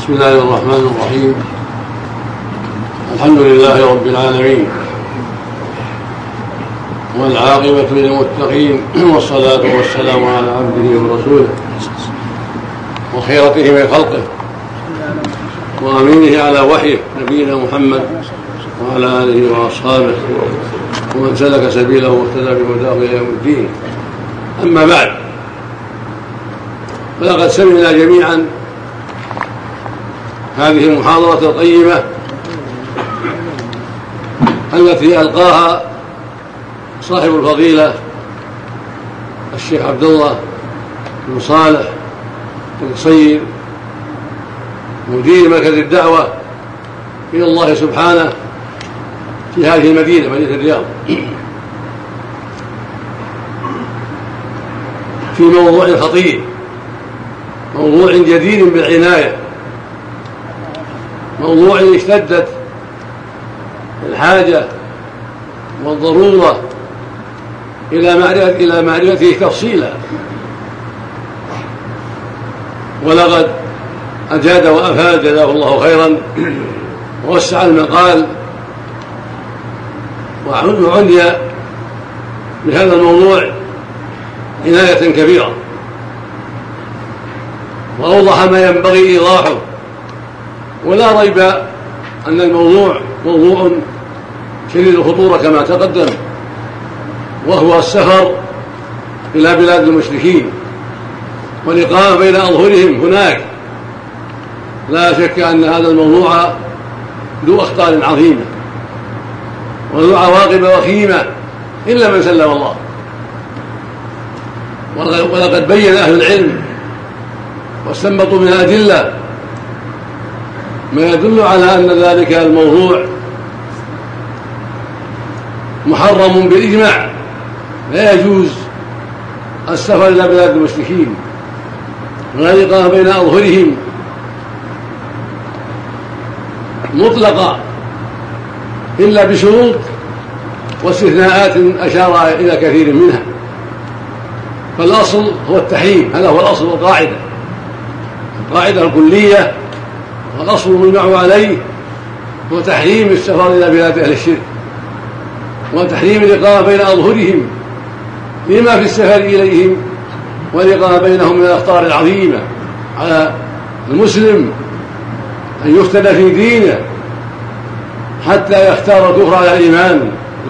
بسم الله الرحمن الرحيم. الحمد لله رب العالمين، والعاقبة للمتقين، والصلاة والسلام على عبده ورسوله وخيرته من خلقه وأمينه على وحيه نبينا محمد وعلى آله وأصحابه ومن سلك سبيله واهتدى بهداه إلى يوم الدين. أما بعد، فلقد سمعنا جميعا هذه المحاضرة القيمة التي ألقاها صاحب الفضيلة الشيخ عبد الله بن صالح القصير، مدير مركز الدعوة إلى الله سبحانه في هذه المدينة، مدينة الرياض، في موضوع خطير، موضوع جدير بالعناية، موضوع اشتدت الحاجة والضرورة إلى معرفته تفصيلا. ولقد أجاد وأفاد جزاه الله خيرا، ووسع المقال وعني بهذا الموضوع عناية كبيرة، وأوضح ما ينبغي إيضاحه. ولا ريب أن الموضوع موضوع شديد الخطورة كما تقدم، وهو السفر إلى بلاد المشركين والإقامة بين أظهرهم هناك. لا شك أن هذا الموضوع ذو أخطار عظيمة وذو عواقب وخيمة إلا من سلم الله. ولقد بين أهل العلم واستنبطوا من أدلة ما يدل على أن ذلك الموضوع محرم بالإجماع، لا يجوز السفر إلى بلاد المشركين ولا الإقامة بين أظهرهم مطلقا، إلا بشروط واستثناءات أشار إلى كثير منها. فالأصل هو التحريم، هذا هو الأصل والقاعدة، القاعدة الكلية والأصل المجمع عليه هو تحريم السفر إلى بلاد أهل الشرك، وتحريم الإقامة بين أظهرهم لما في السفر إليهم والإقامة بينهم من الأخطار العظيمة على المسلم أن يفتن في دينه حتى يختار الكفر على الإيمان،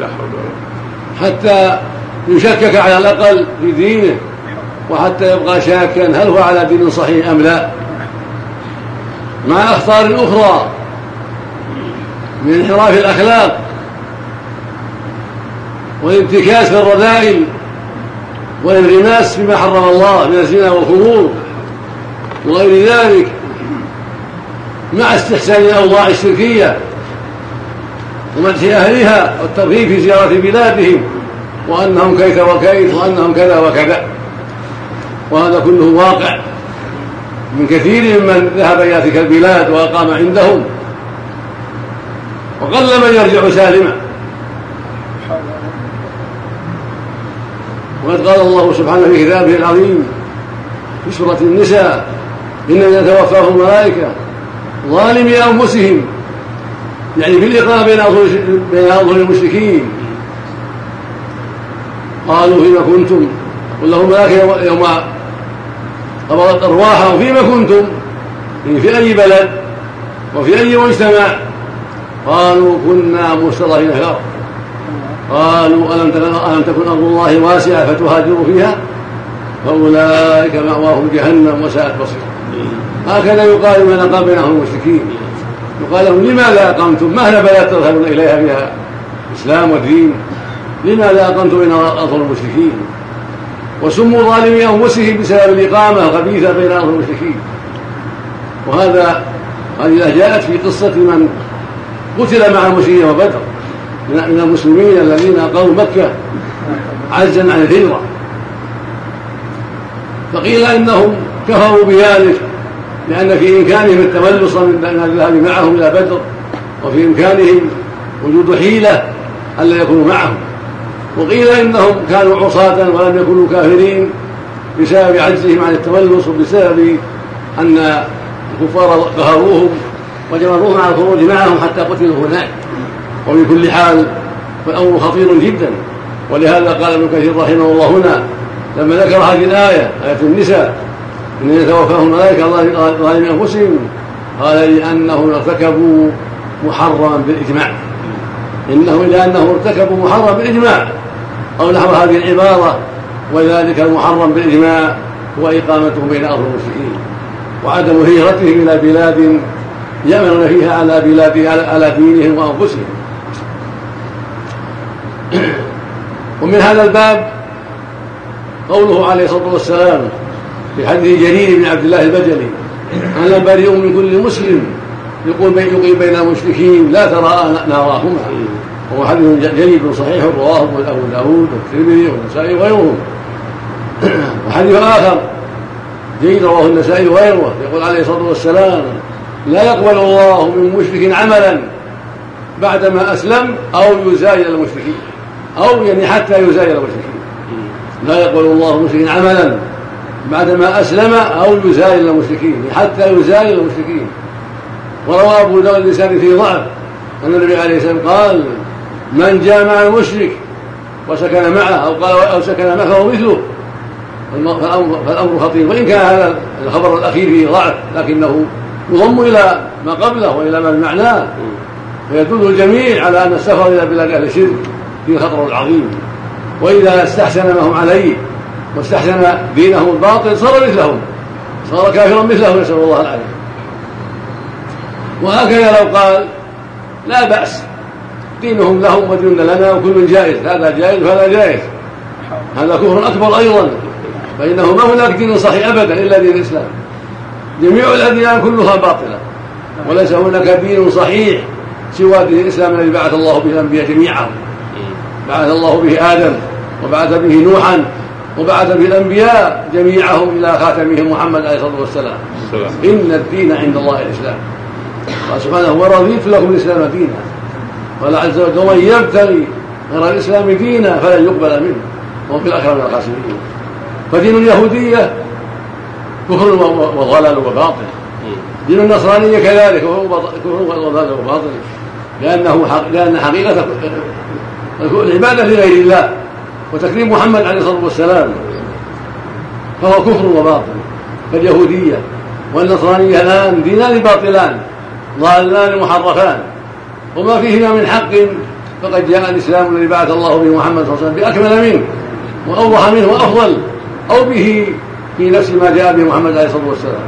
حتى يشكك على الأقل في دينه، وحتى يبقى شاكا هل هو على دين صحيح أم لا، مع أخطار أخرى من انحراف الأخلاق والانتكاس في الرذائل والانغماس فيما حرم الله من الزنا والخمور وغير ذلك، مع استحسان الأوضاع الشركية ومدح أهلها والترغيب في زيارة بلادهم وأنهم كيف وكيف وأنهم كذا وكذا. وهذا كله واقع من كثير ممن ذهب إلى تلك البلاد وأقام عندهم، وقل من يرجع سالما. وقد قال الله سبحانه في كتابه العظيم في سورة النساء: إنما يتوفاهم الملائكة ظالمي أنفسهم، يعني في الإقامة بين أظهر المشركين. قالوا فيما كنتم، قل لهم الملائكة يوم قبضت أرواحهم فيما كنتم، يعني في أي بلد وفي أي مجتمع. قالوا كنا مستضعفين في الأرض. قالوا ألم تكن أرض الله واسعة فتهاجروا فيها فأولئك مأواهم جهنم وساءت مصيرا. هكذا يقال من أقام بينهم المشركين، يقال لهم لماذا أقمتم؟ ما هي بلد تذهبون إليها فيها إسلام ودين؟ لماذا أقمتم بين أظهر المشركين؟ وسموا ظالمي أنفسهم بسبب الإقامة الخبيثة بين أظهر المشركين. هذه جاءت في قصة من قتل مع المشركين وبدر من المسلمين الذين أقاموا مكة عجزا عن الهجرة، فقيل إنهم كفروا بذلك لأن في إمكانهم التملص من الذهاب معهم إلى بدر، وفي إمكانهم وجود حيلة ألا يكونوا معهم. وقيل إنهم كانوا عصاة ولم يكونوا كافرين بسبب عجزهم عن التملص، وبسبب أن الكفار قهروهم وجبروهم على الخروج معهم حتى قتلوا هناك. وفي كل حال فالأمر خطير جدا. ولهذا قال ابن كثير رحمه الله هنا لما ذكر هذه الآية آية النساء إن يتوفاهم الملائكة ظالمي أنفسهم قال لأنهم ارتكبوا محرما بالإجماع. لأنه ارتكبوا محرما بالإجماع أو نحو هذه العبارة. وذلك المحرم بالإجماع هو إقامتهم بين أرض المشركين وعدم هجرتهم إلى بلاد يأمنون فيها على دينهم وأنفسهم. ومن هذا الباب قوله عليه الصلاة والسلام في حديث جرير بن عبد الله البجلي أنا بريء من كل مسلم يقيم بين المشركين لا تراءى ناراهما. وهو حديث جليل صحيح رواه أبو داود والترمذي والنسائي وغيرهم. وحديث آخر جيد رواه النسائي وغيره يقول عليه الصلاة والسلام لا يقبل الله من مشرك عملا بعدما أسلم أو يزايل المشركين أو يعني حتى يزايل المشركين. لا يقبل الله مشرك عملا بعدما أسلم أو يزايل المشركين حتى يزايل المشركين. وروى أبو داود اللسان في ضعف أن النبي عليه السلام قال من جامع المشرك وسكن معه أو سكن معه فهو مثله. فالأمر خطير. وإن كان هذا الخبر الأخير فيه ضعف لكنه يضم إلى ما قبله وإلى ما بمعناه فيدل الجميع على أن السفر إلى بلاد أهل الشرك فيه خطر عظيم. وإذا استحسن ما هم عليه واستحسن دينهم الباطل صار مثلهم صار كافرا مثلهم نسأل الله العافية. وهكذا لو قال لا بأس دينهم لهم وديننا لنا وكل جائز هذا جائز وهذا جائز هذا كفر أكبر أيضا. فإنه ما هناك دين صحيح أبدا إلا دين الإسلام. جميع الأديان كلها باطلة وليس هناك دين صحيح سوى دين الإسلام الذي بعث الله به الأنبياء جميعهم. بعث الله به آدم وبعث به نوحا وبعث به الأنبياء جميعهم إلى خاتمهم محمد عليه الصلاة والسلام. إن الدين عند الله الإسلام. قال سبحانه ورضيت لكم الإسلام دينا. قال عز وجل ومن يبتغي غير الإسلام دينا فلن يقبل منه وهو في الآخرة من الخاسرين. فدين اليهودية كفر وضلال وباطل. دين النصرانية كذلك وهو كفر وضلال وباطل لأن حقيقة العبادة لغير الله وتكريم محمد عليه الصلاة والسلام فهو كفر وباطل. فاليهودية والنصرانية الآن دينان باطلان ضالان محرفان وما فيهما من حق فقد جاء الإسلام الذي بعث الله به محمد صلى الله عليه وسلم بأكمل منه وأوضح منه وأفضل أو به في نفس ما جاء به محمد عليه الصلاة والسلام.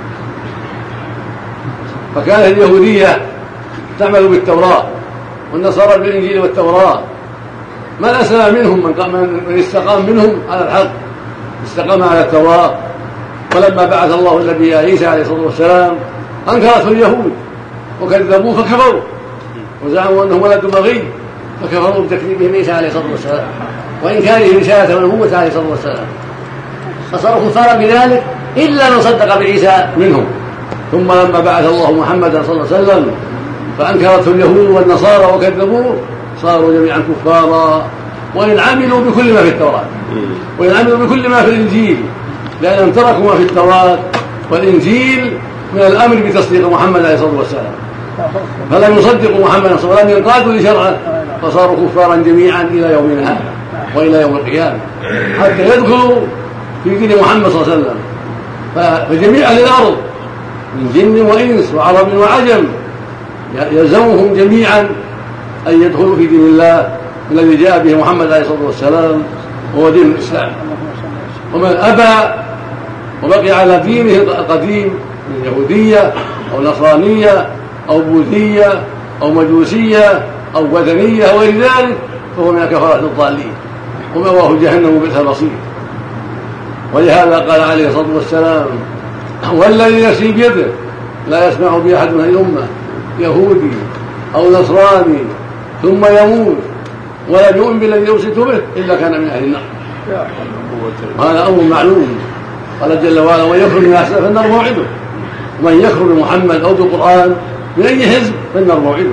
فكانت اليهودية تعمل بالتوراة والنصارى بالإنجيل والتوراة. من أسلم منهم من استقام منهم على الحق استقام على التوراة. ولما بعث الله النبي عيسى عليه الصلاة والسلام أنكرته اليهود وكذبوه فكفروا وزعموا أنه ولد بغي فكفروا بتكذيبهم عيسى عليه الصلاة والسلام وإنكاره رسالة ونبوة عليه الصلاة والسلام. فصاروا كفارا بذلك إلا من صدق بعيسى منهم. ثم لما بعث الله محمدا صلى الله عليه وسلم فأنكرته اليهود والنصارى وكذبوه صاروا جميعا كفارا وإن عملوا بكل ما في التوراة وإن عملوا بكل ما في الإنجيل لأنهم تركوا ما في التوراة والإنجيل من الأمر بتصديق محمد عليه الصلاة والسلام فلم يصدقوا محمدا صلى الله عليه وسلم ولم ينقادوا لشرعه فصاروا كفارا جميعا إلى يومنا هذا وإلى يوم القيامة حتى يدخلوا في دين محمد صلى الله عليه وسلم. فجميع أهل الأرض من جن وإنس وعرب وعجم يلزمهم جميعا أن يدخلوا في دين الله الذي جاء به محمد عليه الصلاة والسلام وهو دين الإسلام. ومن أبى وبقي على دينه القديم من يهودية أو نصرانية أو بوذية أو مجوسية أو وثنية أو غير ذلك فهو من كفرة الضالين ومأواه جهنم بئس المصير. ولهذا قال عليه الصلاة والسلام والذي نفسي بيده لا يسمع بي أحد من الأمة يهودي أو نصراني ثم يموت ولم يؤمن بالذي أرسلت به إلا كان من أهل النار. هذا أمر معلوم. قال جل وعلا ومن يكفر من أحسن فالنار موعده. ومن يكفر بمحمد أو بالقرآن من أي حزب فالنار موعده.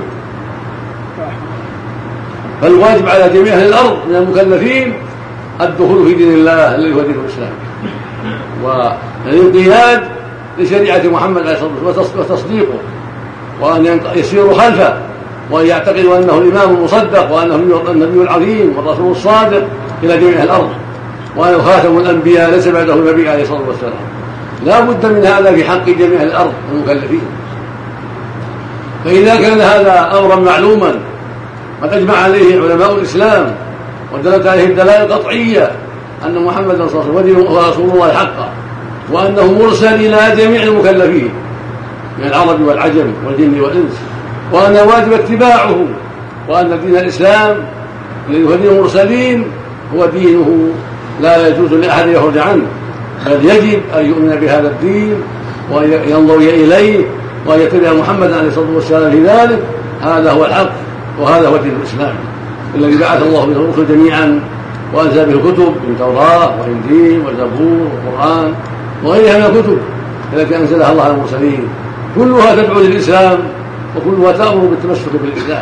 فالواجب على جميع أهل الأرض من المكلفين الدخول في دين الله الذي هو دين الإسلام والانقياد لشريعة محمد عليه الصلاة والسلام وتصديقه، وأن يسيروا خلفه، وأن يعتقدوا أنه الإمام المصدق، وأنه النبي العظيم والرسول الصادق إلى جميع الأرض، وأنه خاتم الأنبياء ليس بعده النبي عليه الصلاة والسلام. لا بد من هذا في حق جميع الأرض المكلفين. فإذا كان هذا أمرا معلوما قد أجمع عليه علماء الإسلام ودلت عليه الدلائل القطعية أن محمدا صلى الله عليه وسلم هو رسول الله حقا، وأنه مرسل إلى جميع المكلفين من العرب والعجم والجن والإنس، وأن واجب اتباعه، وأن دين الإسلام الذي هو دين المرسلين هو دينه لا يجوز لأحد يخرج عنه، بل يجب أن يؤمن بهذا الدين وأن ينظر إليه وأن يتبع محمدا عليه الصلاة والسلام في ذلك. هذا هو الحق، وهذا هو دين الإسلام الذي بعث الله به الرسل جميعا وأنزل به الكتب من توراة وإنجيل وزبور وقرآن وغيرها من الكتب التي أنزلها الله على المرسلين، كلها تدعو للإسلام وكلها تأمر بالتمسك بالإسلام.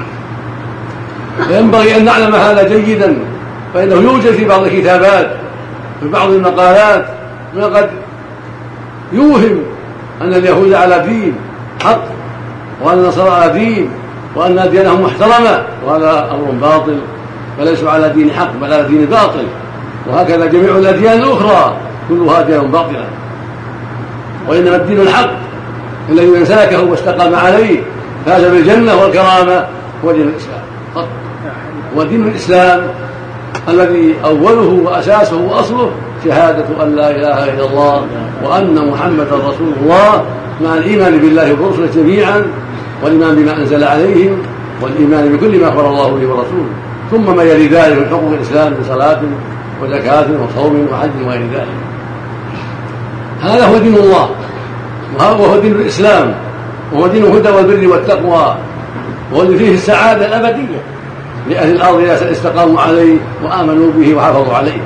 فينبغي أن نعلم هذا جيدا، فإنه يوجد في بعض الكتابات في بعض المقالات ما قد يوهم أن اليهود على دين حق وأن النصارى على دين وأن أديانهم محترمة، وهذا أمر باطل، فليسوا على دين حق بل على دين باطل. وهكذا جميع الأديان الأخرى كلها أديان باطلة، وإنما الدين الحق الذي من سلكه واستقام عليه فاز بالجنة والكرامة هو دين الإسلام. ودين الإسلام الذي أوله وأساسه وأصله شهادة أن لا إله إلا الله وأن محمدا رسول الله، مع الإيمان بالله ورسله جميعا، والإيمان بما أنزل عليهم، والإيمان بكل ما أخبر الله به ورسوله، ثم ما يلي ذلك من حقوق الإسلام من صلاة وزكاة وصوم وحج وغير ذلك. هذا هو دين الله، وهو دين الإسلام، وهو دين الهدى والبر والتقوى، وهو اللي فيه السعادة الأبدية لأهل الأرض إذا استقاموا عليه وآمنوا به وحافظوا عليه.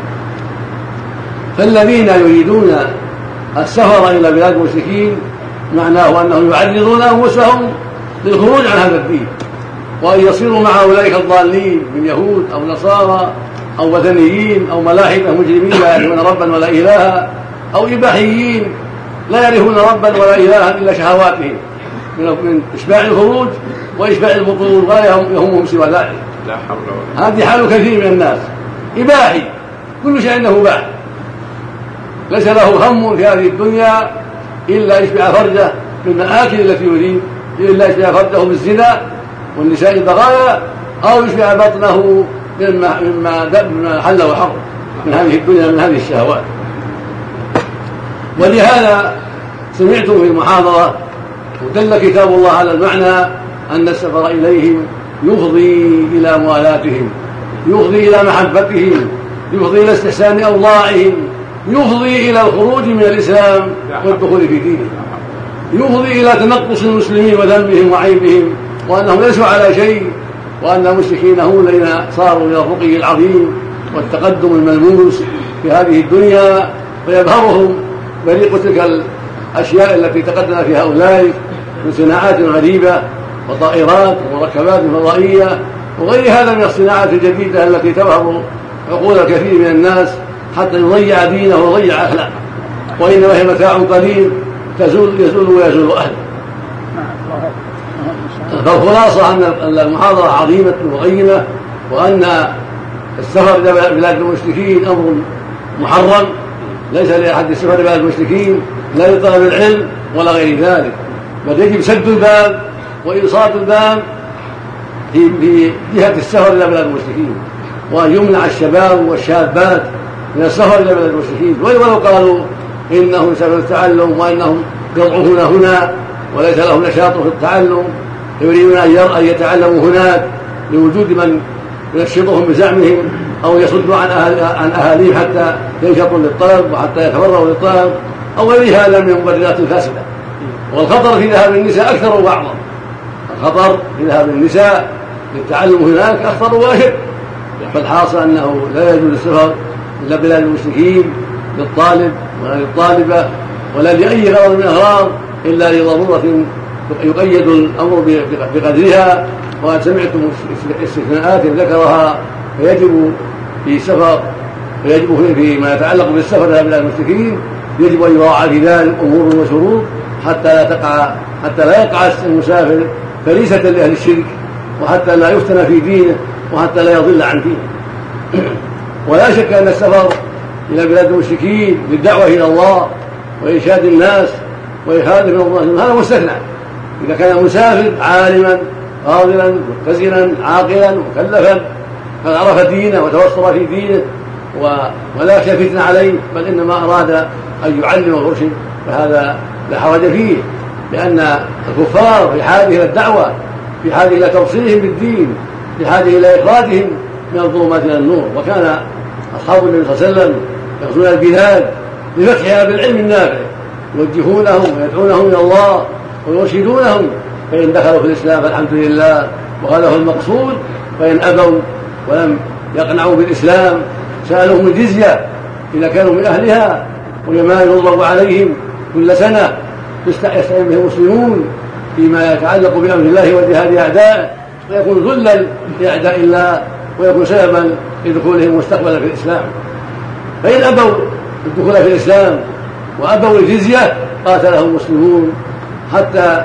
فالذين يريدون السفر إلى بلاد المشركين معناه أنهم يعرضون أنفسهم للخروج عن هذا الدين، وأن يصيروا مع أولئك الضالين من يهود أو نصارى أو وثنيين أو ملاحدة مجرمين لا يعرفون ربا ولا إلها، أو إباحيين لا يعرفون ربا ولا إلها إلا شهواتهم من إشباع الخروج وإشباع البطون، ولا يهمهم سوى ذلك. هذه حال كثير من الناس، إباحي كل شيء عنده باح، ليس له هم في هذه الدنيا إلا يشبع فرجه بالمآكل التي يريد، إلا يشبع فرجه بالزنا والنساء البغايا، أو يشبع بطنه مما حل وحرم من هذه الدنيا من هذه الشهوات. ولهذا سمعتم في المحاضرة ودل كتاب الله على المعنى أن السفر إليهم يفضي إلى موالاتهم، يفضي إلى محبتهم، يفضي إلى استحسان أوضاعهم، يفضي إلى الخروج من الإسلام والدخول في دينه، يفضي إلى تنقص المسلمين وذنبهم وعيبهم وأنهم ليسوا على شيء، وأن المشركين هم الذين صاروا إلى الرقي العظيم والتقدم الملموس في هذه الدنيا، فيبهرهم بريق تلك الأشياء التي تقدم فيها أولئك من صناعات غريبة وطائرات ومركبات فضائية وغير هذا من الصناعات الجديدة التي تبهر عقول الكثير من الناس حتى يضيع دينه ويضيع أخلاقه، وإنما هي متاع قليل يزول ويزول أهله. فالخلاصة أن المحاضرة عظيمة وقيمة، وأن السفر إلى بلاد المشركين أمر محرم، ليس لأحد السفر إلى بلاد المشركين لا لطلب العلم ولا غير ذلك، بل يجب سد الباب وإنصات الباب في جهة السفر إلى بلاد المشركين، وأن يمنع الشباب والشابات من السفر إلى بلاد المشركين، ولو قالوا إنهم سبب التعلم وأنهم يضعفون هنا وليس لهم نشاط في التعلم، يريدون أن يتعلموا هناك لوجود من ينشطهم بزعمهم أو يصدوا عن أهاليهم حتى ينشطوا للطلب وحتى يتفرغوا للطلب أو غير هذا من المبررات الفاسدة. والخطر في ذهاب النساء أكثر وأعظم، الخطر في ذهاب النساء للتعلم هناك أكثر وأشد. فالحاصل أنه لا يجوز السفر إلى بلاد المشركين للطالب ولا للطالبة ولا لأي غرض من الأغراض إلا لضرورة يقيد الأمر بقدرها. وقد سمعتم استثناءات ذكرها، فيجب في السفر فيجب فيما يتعلق بالسفر إلى بلاد المشركين يجب أن يراعى في ذلك أمور وشروط حتى لا يقع المسافر فريسة لأهل الشرك، وحتى لا يفتن في دينه، وحتى لا يضل عن دينه. ولا شك أن السفر إلى بلاد المشركين للدعوة إلى الله وإرشاد الناس وإخراجهم من الله هذا مستثنى إذا كان المسافر عالما فاضلا متزنا عاقلا مكلفا قد عرف دينه وتوصل في دينه ولا فتنة عليه، بل إنما أراد أن يعلم ويرشد، فهذا لا حرج فيه، لأن الكفار في حاجة إلى الدعوة، في حاجة إلى توصيلهم بالدين، في حاجة إلى إخراجهم من الظلمات إلى النور. وكان أصحاب النبي صلى الله عليه وسلم يغزون البلاد لفتحها بالعلم النافع، يوجهونهم ويدعونهم إلى الله ويرشدونهم، فإن دخلوا في الإسلام فالحمد لله وهذا هو المقصود، فإن أبوا ولم يقنعوا بالإسلام سألهم الجزية إذا كانوا من أهلها، وما يضرب عليهم كل سنة يستعين به المسلمون فيما يتعلق بأمر الله وجهاد أعدائه، ويكون ذلا لأعداء الله ويكون سببا لدخولهم مستقبلا في الإسلام. فإن أبوا الدخول في الإسلام وأبوا الجزية قاتلهم المسلمون حتى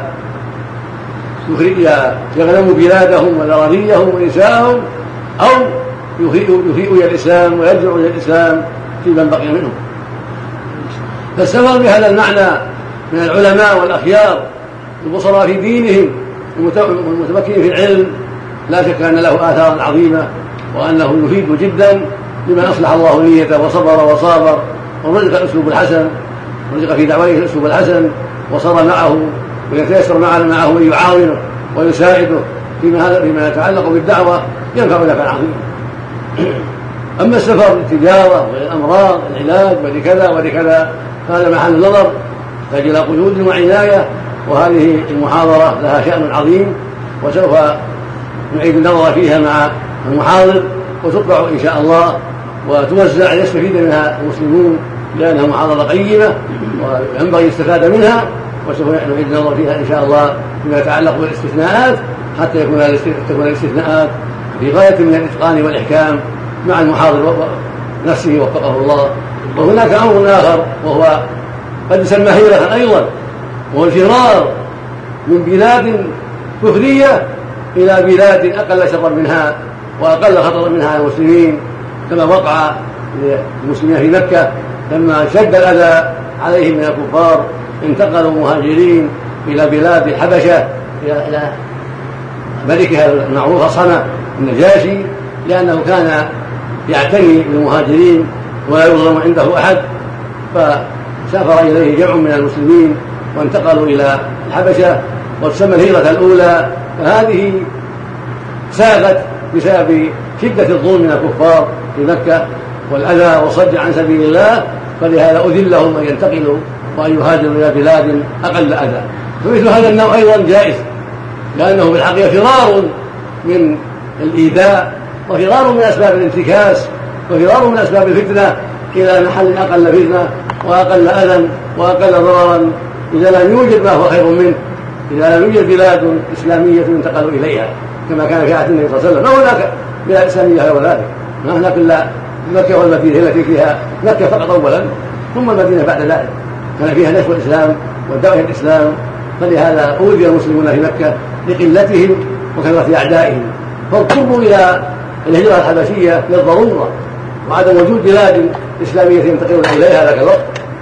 يغنموا بلادهم وذراريهم ونساءهم، أو يفيئوا إلى الإسلام ويرجعوا إلى الإسلام في من بقي منهم. فالسفر بهذا المعنى من العلماء والأخيار البصراء في دينهم والمتمكنين في العلم لا شك أن له آثارا عظيمة، وأنه يفيد جدا لمن أصلح الله نيته وصبر وصابر ورزق الأسلوب الحسن، ورزق في دعوته الأسلوب الحسن وصار معه ويتيسر معه من يعاونه ويساعده فيما يتعلق بالدعوة ينفع نفعا عظيما. أما السفر للتجارة وللأمراض العلاج ولكذا ولكذا هذا محل النظر يحتاج إلى قيود وعناية، وهذه المحاضرة لها شأن عظيم وسوف نعيد النظر فيها مع المحاضر وتطبع إن شاء الله وتوزع يستفيد منها المسلمون، لأنها محاضرة قيمة وينبغي الاستفادة منها، وسوف نعيد النظر فيها إن شاء الله فيما يتعلق بالاستثناءات حتى تكون الاستثناءات في غاية من الإتقان والإحكام مع المحاضر نفسه وفقه الله. وهناك أمر آخر وهو قد يسمى هجرة أيضا، وهو الفرار من بلاد كفرية إلى بلاد أقل شرا منها وأقل خطرا منها على المسلمين، كما وقع للمسلمين في مكة لما اشتد الأذى عليهم من الكفار انتقلوا مهاجرين إلى بلاد الحبشة إلى ملكها المعروف صنع النجاشي، لأنه كان يعتني بالمهاجرين ولا يظلم عنده أحد، فسافر إليه جمع من المسلمين وانتقلوا إلى الحبشة وتسمى الهجرة الأولى. فهذه ساغت بسبب شدة الظلم من الكفار في مكة والأذى والصد عن سبيل الله، فلهذا أذن لهم أن ينتقلوا وأن يهاجروا إلى بلاد أقل أذى. فمثل هذا النوع أيضا جائز، لأنه بالحقيقة فرار من الإيذاء وفرار من أسباب الانتكاس وفرار من أسباب الفتنة إلى محل أقل فتنة وأقل أذى وأقل ضررا، إذا لم يوجد ما هو خير منه، إذا لم يوجد بلاد إسلامية انتقلوا إليها كما كان في عهد النبي صلى الله عليه وسلم. فهناك بلاد إسلامية غير ذلك، ما هناك إلا مكة والمدينة التي فيها مكة فقط أولا ثم المدينة بعد ذلك كان فيها نشر الإسلام والدعوة إلى الإسلام، فلهذا أوذي المسلمون في مكة لقلتهم وكثرة أعدائهم، فاضطروا إلى الهجرة الحبشية للضرورة وعدم وجود بلاد إسلامية ينتقلون إليها ذاك الوقت.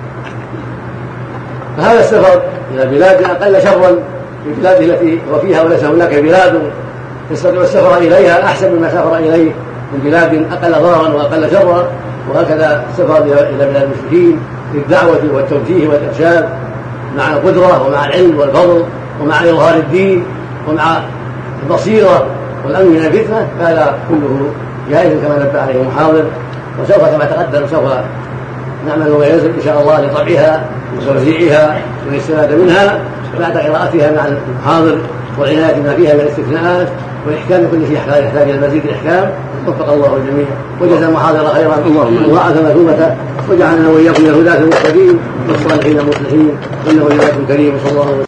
فهذا السفر إلى بلاد أقل شرا من بلاده التي هو فيها وليس هناك بلاد يستطيع السفر إليها أحسن مما سافر إليه من بلاد أقل ضررا وأقل شرا. وهكذا السفر إلى بلاد المشركين للدعوة والتوجيه والإرشاد مع القدرة ومع العلم والفضل ومع إظهار الدين ومع البصيرة والأمن من الفتنة، هذا كله جائز كما نبه عليه المحاضر. وسوف كما تقدم سوف نعمل وينزل إن شاء الله لطبعها وتوزيعها والاستفادة منها بعد قراءتها مع المحاضر والعناية بما فيها من الاستثناءات والإحكام كل شيء يحتاج إلى مزيد الإحكام. وفق الله الجميع وجزا المحاضر خيرا وضاعف مثوبته وجعلنا وإياكم من الهداة المهتدين والصالحين المصلحين إنه جواد كريم. صلى الله عليه وسلم.